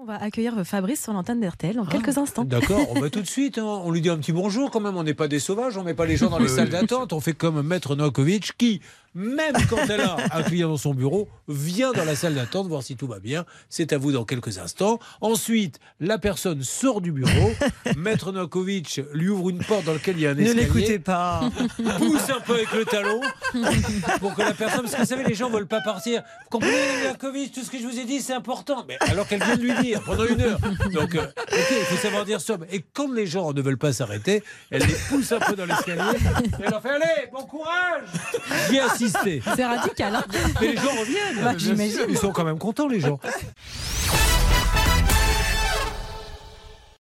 On va accueillir Fabrice sur l'antenne d'RTL dans quelques instants. D'accord, on va tout de suite. On lui dit un petit bonjour quand même. On n'est pas des sauvages, on met pas les gens dans les salles d'attente. On fait comme Maître Novakovic qui, même quand elle a un client dans son bureau, vient dans la salle d'attente voir si tout va bien. C'est à vous dans quelques instants. Ensuite, la personne sort du bureau. Maître Novakovic lui ouvre une porte dans laquelle il y a un escalier. Ne l'écoutez pas. Pousse un peu avec le talon pour que la personne... Parce que vous savez, les gens ne veulent pas partir. Vous comprenez, Novakovic, tout ce que je vous ai dit, c'est important. Mais alors qu'elle vient de lui dire pendant une heure. Donc, ok, il faut savoir dire stop. Et quand les gens ne veulent pas s'arrêter, elle les pousse un peu dans l'escalier. Et elle leur fait allez, bon courage. J'y ai assisté. C'est radical, hein. Mais les gens reviennent. Bah, j'imagine. Ils sont quand même contents, les gens.